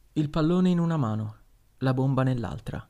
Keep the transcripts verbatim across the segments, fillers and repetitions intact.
Il pallone in una mano, la bomba nell'altra.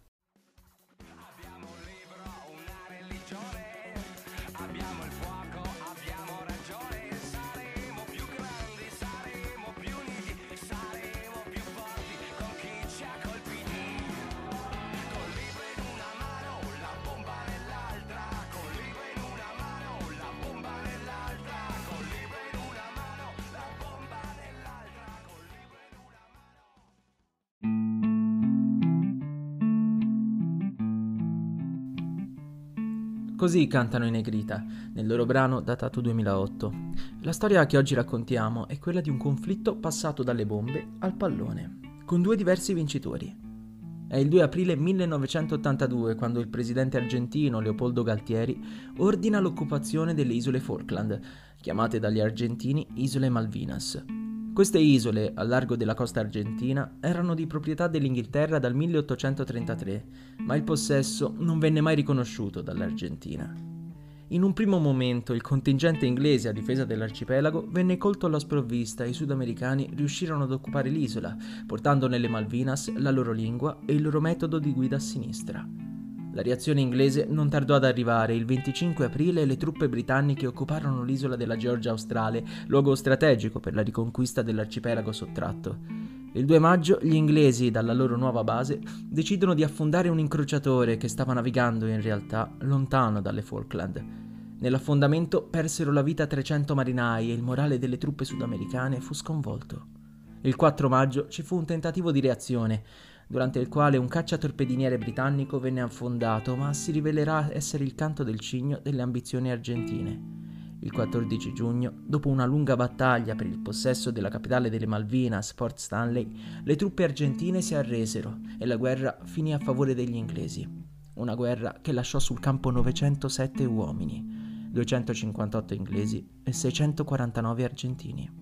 Così cantano i Negrita, nel loro brano datato duemilaotto. La storia che oggi raccontiamo è quella di un conflitto passato dalle bombe al pallone, con due diversi vincitori. È il due aprile millenovecentottantadue quando il presidente argentino Leopoldo Galtieri ordina l'occupazione delle isole Falkland, chiamate dagli argentini Isole Malvinas. Queste isole, al largo della costa argentina, erano di proprietà dell'Inghilterra dal milleottocentotrentatré, ma il possesso non venne mai riconosciuto dall'Argentina. In un primo momento il contingente inglese a difesa dell'arcipelago venne colto alla sprovvista e i sudamericani riuscirono ad occupare l'isola, portando nelle Malvinas la loro lingua e il loro metodo di guida a sinistra. La reazione inglese non tardò ad arrivare. Il venticinque aprile le truppe britanniche occuparono l'isola della Georgia australe, luogo strategico per la riconquista dell'arcipelago sottratto. Il due maggio gli inglesi, dalla loro nuova base, decidono di affondare un incrociatore che stava navigando in realtà lontano dalle Falkland. Nell'affondamento persero la vita trecento marinai e il morale delle truppe sudamericane fu sconvolto. Il quattro maggio ci fu un tentativo di reazione, durante il quale un cacciatorpediniere britannico venne affondato, ma si rivelerà essere il canto del cigno delle ambizioni argentine. Il quattordici giugno, dopo una lunga battaglia per il possesso della capitale delle Malvinas, Port Stanley, le truppe argentine si arresero e la guerra finì a favore degli inglesi. Una guerra che lasciò sul campo novecentosette uomini, duecentocinquantotto inglesi e seicentoquarantanove argentini.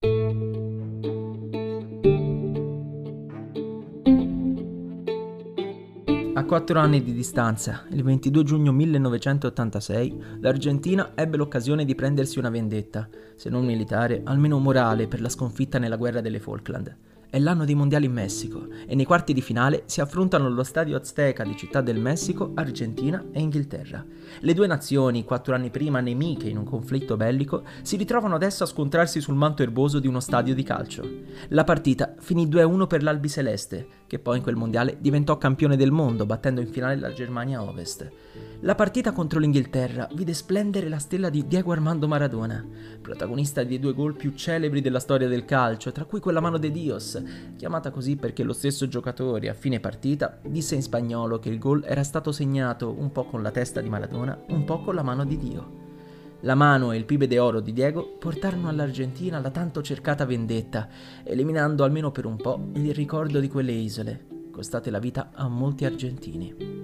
A quattro anni di distanza, il ventidue giugno millenovecentottantasei, l'Argentina ebbe l'occasione di prendersi una vendetta, se non militare, almeno morale, per la sconfitta nella guerra delle Falkland. È l'anno dei mondiali in Messico e nei quarti di finale si affrontano allo stadio Azteca di Città del Messico, Argentina e Inghilterra. Le due nazioni, quattro anni prima nemiche in un conflitto bellico, si ritrovano adesso a scontrarsi sul manto erboso di uno stadio di calcio. La partita finì due a uno per l'Albiceleste, che poi in quel mondiale diventò campione del mondo, battendo in finale la Germania Ovest. La partita contro l'Inghilterra vide splendere la stella di Diego Armando Maradona, protagonista dei due gol più celebri della storia del calcio, tra cui quella mano de Dios, chiamata così perché lo stesso giocatore a fine partita disse in spagnolo che il gol era stato segnato un po' con la testa di Maradona, un po' con la mano di Dio. La mano e il pibe de oro di Diego portarono all'Argentina la tanto cercata vendetta, eliminando almeno per un po' il ricordo di quelle isole, costate la vita a molti argentini.